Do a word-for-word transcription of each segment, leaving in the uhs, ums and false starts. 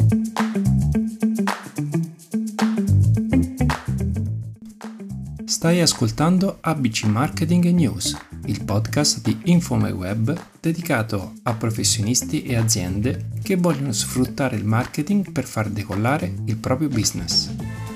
Stai ascoltando A B C Marketing e News, il podcast di InfoMyWeb dedicato a professionisti e aziende che vogliono sfruttare il marketing per far decollare il proprio business.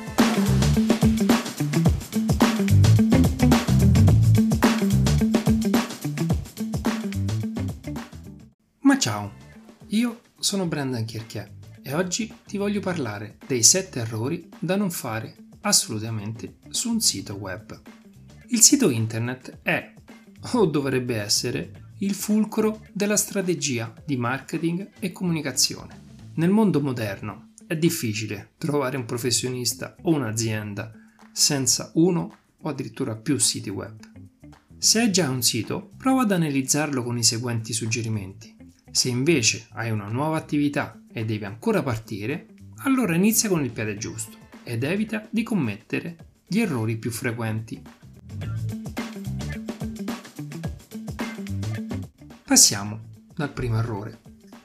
Ma ciao, io sono Brendan Chierchiè e oggi ti voglio parlare dei sette errori da non fare assolutamente su un sito web. Il sito internet è, o dovrebbe essere, il fulcro della strategia di marketing e comunicazione. Nel mondo moderno è difficile trovare un professionista o un'azienda senza uno o addirittura più siti web. Se hai già un sito, prova ad analizzarlo con i seguenti suggerimenti. Se invece hai una nuova attività e devi ancora partire, allora inizia con il piede giusto ed evita di commettere gli errori più frequenti. Passiamo dal primo errore: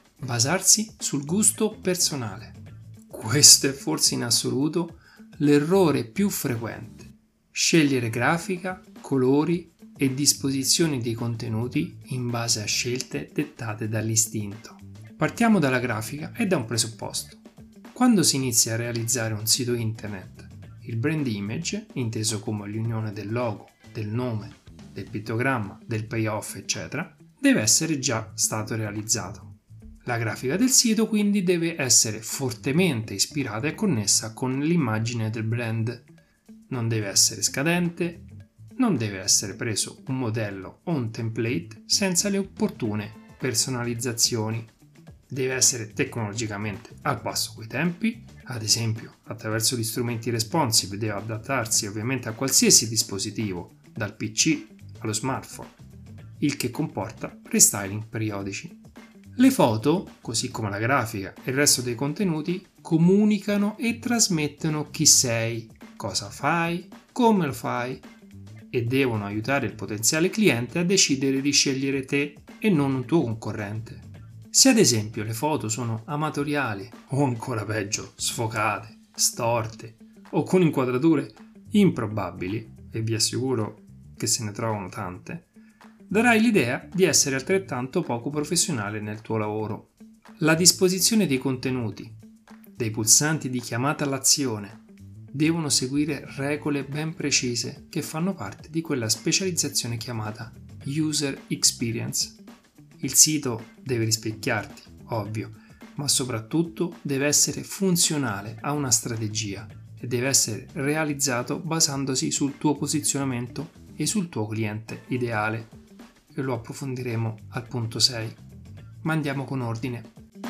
basarsi sul gusto personale. Questo è forse in assoluto l'errore più frequente. Scegliere grafica, colori e disposizioni dei contenuti in base a scelte dettate dall'istinto. Partiamo dalla grafica e da un presupposto. Quando si inizia a realizzare un sito internet, il brand image, inteso come l'unione del logo, del nome, del pittogramma, del payoff, eccetera, deve essere già stato realizzato. La grafica del sito quindi deve essere fortemente ispirata e connessa con l'immagine del brand. Non deve essere scadente, non deve essere preso un modello o un template senza le opportune personalizzazioni. Deve essere tecnologicamente al passo coi tempi, ad esempio attraverso gli strumenti responsive deve adattarsi ovviamente a qualsiasi dispositivo, dal P C allo smartphone, il che comporta restyling periodici. Le foto, così come la grafica e il resto dei contenuti, comunicano e trasmettono chi sei, cosa fai, come lo fai e devono aiutare il potenziale cliente a decidere di scegliere te e non un tuo concorrente. Se ad esempio le foto sono amatoriali o ancora peggio sfocate, storte o con inquadrature improbabili, e vi assicuro che se ne trovano tante, darai l'idea di essere altrettanto poco professionale nel tuo lavoro. La disposizione dei contenuti, dei pulsanti di chiamata all'azione, devono seguire regole ben precise che fanno parte di quella specializzazione chiamata User Experience. Il sito deve rispecchiarti, ovvio, ma soprattutto deve essere funzionale a una strategia e deve essere realizzato basandosi sul tuo posizionamento e sul tuo cliente ideale. E lo approfondiremo al punto sei. Ma andiamo con ordine.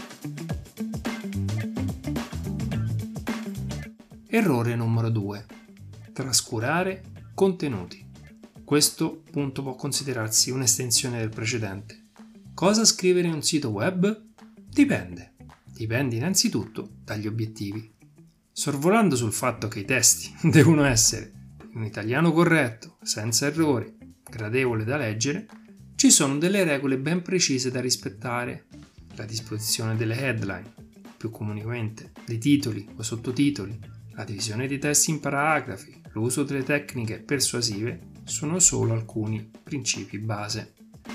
Errore numero due: trascurare contenuti. Questo punto può considerarsi un'estensione del precedente. Cosa scrivere in un sito web? Dipende. Dipende innanzitutto dagli obiettivi. Sorvolando sul fatto che i testi devono essere in un italiano corretto, senza errori, gradevole da leggere, ci sono delle regole ben precise da rispettare. La disposizione delle headline, più comunemente dei titoli o sottotitoli, la divisione dei testi in paragrafi, l'uso delle tecniche persuasive sono solo alcuni principi base.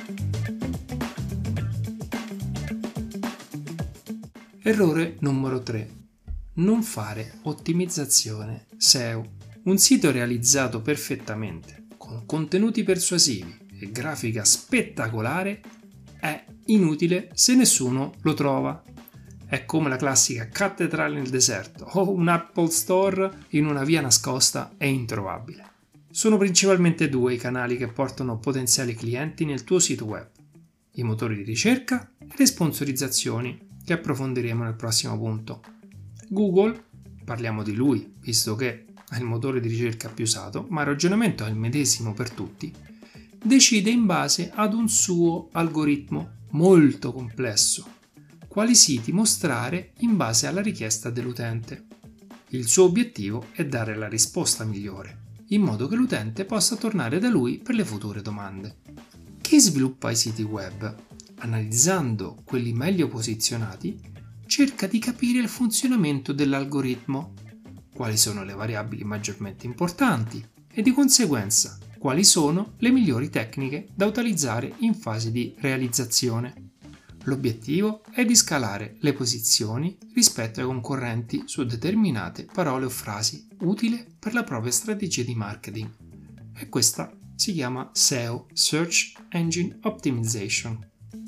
Errore numero tre: non fare ottimizzazione S E O. Un sito realizzato perfettamente, con contenuti persuasivi e grafica spettacolare, è inutile se nessuno lo trova. È come la classica cattedrale nel deserto o un Apple Store in una via nascosta e introvabile. Sono principalmente due i canali che portano potenziali clienti nel tuo sito web: i motori di ricerca e le sponsorizzazioni, che approfondiremo nel prossimo punto. Google, parliamo di lui, visto che è il motore di ricerca più usato, ma il ragionamento è il medesimo per tutti, decide in base ad un suo algoritmo molto complesso quali siti mostrare in base alla richiesta dell'utente. Il suo obiettivo è dare la risposta migliore, in modo che l'utente possa tornare da lui per le future domande. Chi sviluppa i siti web, analizzando quelli meglio posizionati, cerca di capire il funzionamento dell'algoritmo, quali sono le variabili maggiormente importanti e di conseguenza quali sono le migliori tecniche da utilizzare in fase di realizzazione. L'obiettivo è di scalare le posizioni rispetto ai concorrenti su determinate parole o frasi utili per la propria strategia di marketing. E questa si chiama S E O, Search Engine Optimization.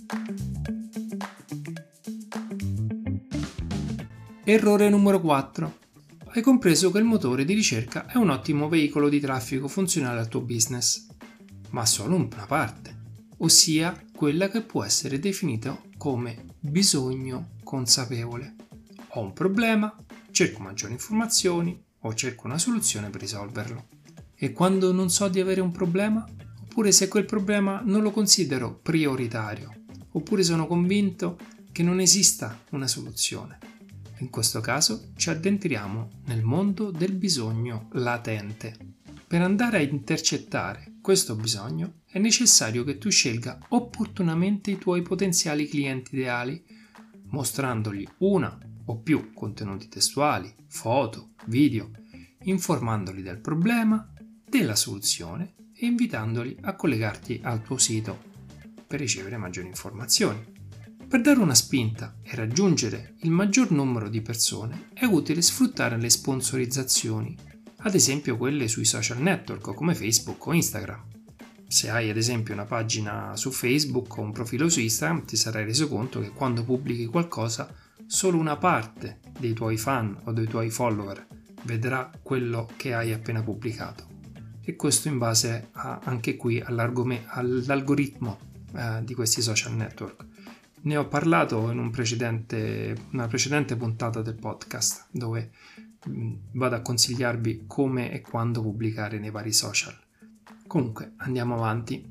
Errore numero quattro. Hai compreso che il motore di ricerca è un ottimo veicolo di traffico funzionale al tuo business, ma solo una parte, ossia quella che può essere definita come bisogno consapevole. Ho un problema, cerco maggiori informazioni o cerco una soluzione per risolverlo. E quando non so di avere un problema, oppure se quel problema non lo considero prioritario, oppure sono convinto che non esista una soluzione. In questo caso ci addentriamo nel mondo del bisogno latente. Per andare a intercettare questo bisogno è necessario che tu scelga opportunamente i tuoi potenziali clienti ideali, mostrandogli una o più contenuti testuali, foto, video, informandoli del problema, della soluzione e invitandoli a collegarti al tuo sito per ricevere maggiori informazioni. Per dare una spinta e raggiungere il maggior numero di persone è utile sfruttare le sponsorizzazioni, ad esempio quelle sui social network come Facebook o Instagram. Se hai ad esempio una pagina su Facebook o un profilo su Instagram, ti sarai reso conto che quando pubblichi qualcosa solo una parte dei tuoi fan o dei tuoi follower vedrà quello che hai appena pubblicato. E questo in base a, anche qui all'algoritmo eh, di questi social network. Ne ho parlato in un precedente, una precedente puntata del podcast dove mh, vado a consigliarvi come e quando pubblicare nei vari social. Comunque andiamo avanti.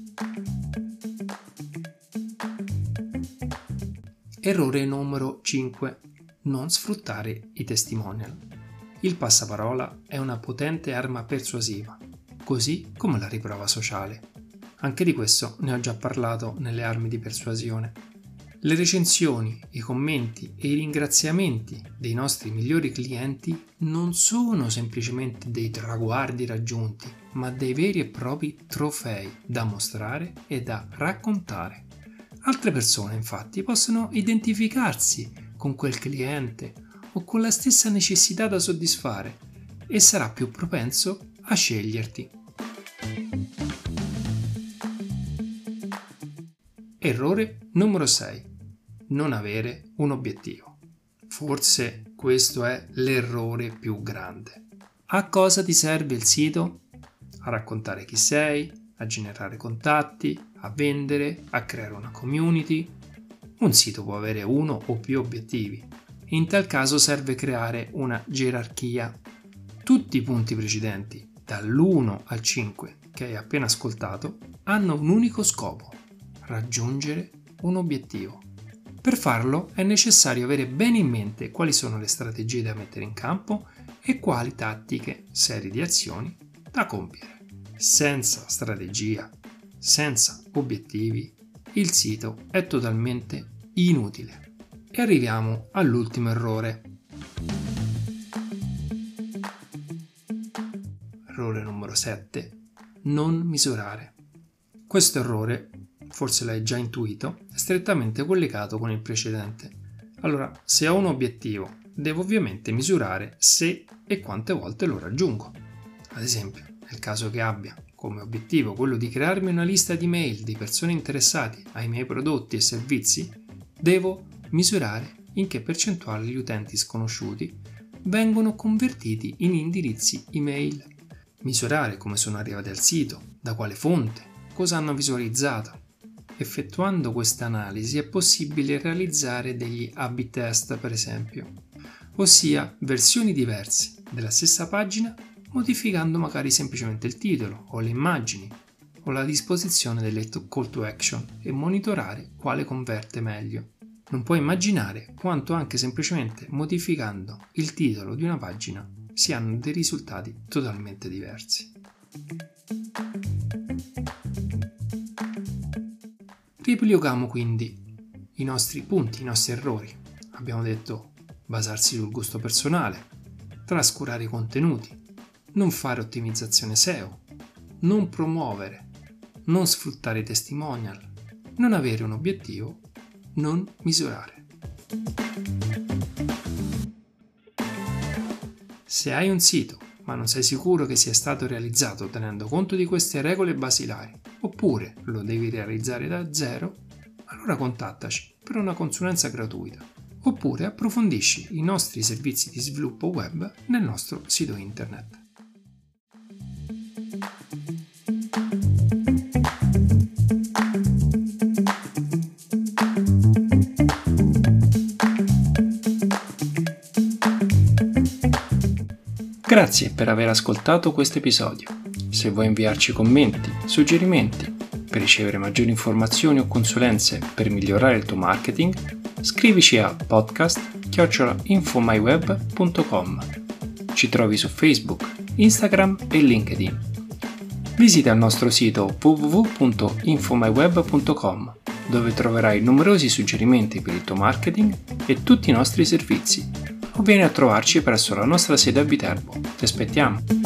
Errore numero cinque. Non sfruttare i testimonial. Il passaparola è una potente arma persuasiva, così come la riprova sociale. Anche di questo ne ho già parlato nelle armi di persuasione. Le recensioni, i commenti e i ringraziamenti dei nostri migliori clienti non sono semplicemente dei traguardi raggiunti, ma dei veri e propri trofei da mostrare e da raccontare. Altre persone, infatti, possono identificarsi con quel cliente o con la stessa necessità da soddisfare e sarà più propenso a sceglierti. Errore numero sei. Non avere un obiettivo. Forse questo è l'errore più grande. A cosa ti serve il sito? A raccontare chi sei, a generare contatti, a vendere, a creare una community. Un sito può avere uno o più obiettivi. In tal caso serve creare una gerarchia. Tutti i punti precedenti, dall'uno al cinque che hai appena ascoltato, hanno un unico scopo: raggiungere un obiettivo. Per farlo è necessario avere bene in mente quali sono le strategie da mettere in campo e quali tattiche, serie di azioni da compiere. Senza strategia, senza obiettivi, il sito è totalmente inutile. E arriviamo all'ultimo errore. Errore numero sette. Non misurare. Questo errore, forse l'hai già intuito, è strettamente collegato con il precedente. Allora, se ho un obiettivo, devo ovviamente misurare se e quante volte lo raggiungo. Ad esempio, nel caso che abbia come obiettivo quello di crearmi una lista di mail di persone interessate ai miei prodotti e servizi, devo misurare in che percentuale gli utenti sconosciuti vengono convertiti in indirizzi email. Misurare come sono arrivati al sito, da quale fonte, cosa hanno visualizzato. Effettuando questa analisi è possibile realizzare degli A B test, per esempio, ossia versioni diverse della stessa pagina modificando magari semplicemente il titolo o le immagini o la disposizione delle call to action e monitorare quale converte meglio. Non puoi immaginare quanto anche semplicemente modificando il titolo di una pagina si hanno dei risultati totalmente diversi. Riepilogiamo quindi i nostri punti, i nostri errori. abbiamo detto basarsi sul gusto personale, trascurare i contenuti, non fare ottimizzazione S E O, non promuovere, non sfruttare i testimonial, non avere un obiettivo, non misurare. Se hai un sito ma non sei sicuro che sia stato realizzato tenendo conto di queste regole basilari, oppure lo devi realizzare da zero, allora contattaci per una consulenza gratuita, oppure approfondisci i nostri servizi di sviluppo web nel nostro sito internet. Grazie per aver ascoltato questo episodio. Se vuoi inviarci commenti, suggerimenti, per ricevere maggiori informazioni o consulenze per migliorare il tuo marketing, scrivici a podcast chiocciola infomyweb punto com. Ci trovi su Facebook, Instagram e LinkedIn. Visita il nostro sito w w w punto infomyweb punto com, dove troverai numerosi suggerimenti per il tuo marketing e tutti i nostri servizi. O vieni a trovarci presso la nostra sede a Viterbo. Ti aspettiamo!